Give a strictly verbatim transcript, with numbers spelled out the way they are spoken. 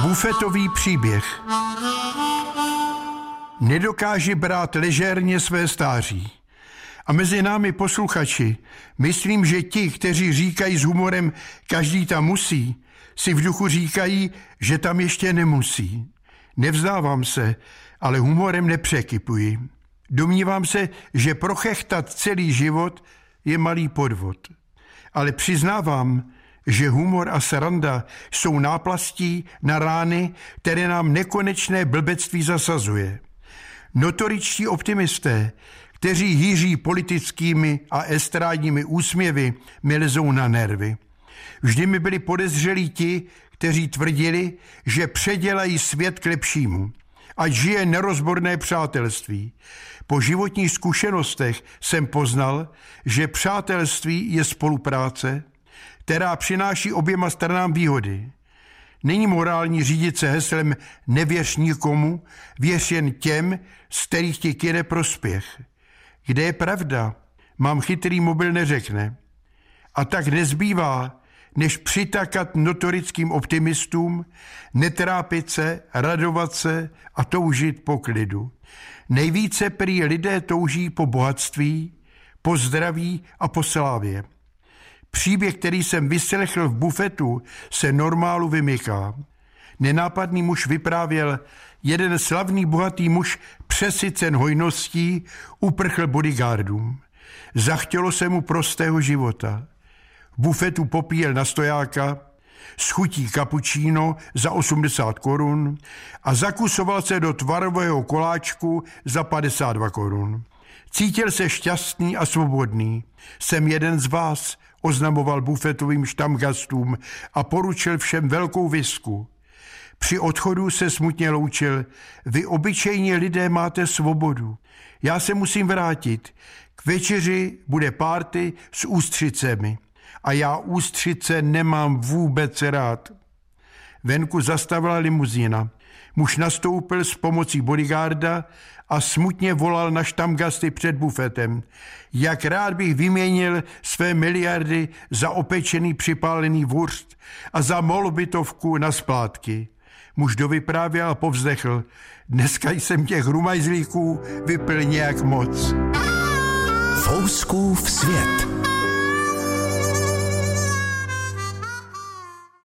Bufetový příběh. Nedokáže brát ležérně své stáří. A mezi námi posluchači, myslím, že ti, kteří říkají s humorem každý tam musí, si v duchu říkají, že tam ještě nemusí. Nevzdávám se, ale humorem nepřekypuji. Domnívám se, že prochechtat celý život je malý podvod. Ale přiznávám, že humor a sranda jsou náplastí na rány, které nám nekonečné blbectví zasazuje. Notoričtí optimisté, kteří hýří politickými a estrádními úsměvy, mi lezou na nervy. Vždy mi byli podezřelí ti, kteří tvrdili, že předělají svět k lepšímu, ať žije nerozborné přátelství. Po životních zkušenostech jsem poznal, že přátelství je spolupráce, která přináší oběma stranám výhody. Není morální řídit se heslem nevěř nikomu, věř jen těm, z kterých ti kyne prospěch. Kde je pravda, mám chytrý mobil neřekne. A tak nezbývá, než přitakat notorickým optimistům, netrápit se, radovat se a toužit po klidu. Nejvíce prý lidé touží po bohatství, po zdraví a po slávě. Příběh, který jsem vyslechl v bufetu, se normálu vymyká. Nenápadný muž vyprávěl, jeden slavný bohatý muž přesycen hojností uprchl bodyguardům. Zachtělo se mu prostého života. V bufetu popíjel na stojáka, schutí kapučíno za osmdesát korun a zakusoval se do tvarového koláčku za padesát dva korun. Cítil se šťastný a svobodný. Jsem jeden z vás, oznamoval bufetovým štamgastům a poručil všem velkou visku. Při odchodu se smutně loučil. Vy obyčejní lidé máte svobodu. Já se musím vrátit. K večeři bude párty s ústřicemi. A já ústřice nemám vůbec rád. Venku zastavila limuzína. Muž nastoupil s pomocí bodyguarda a smutně volal na štamgasty před bufetem. Jak rád bych vyměnil své miliardy za opečený připálený vurst a za molobytovku na splátky. Muž dovyprávěl a povzdechl. Dneska jsem těch rumajzlíků vypil nějak moc. Fouskův svět.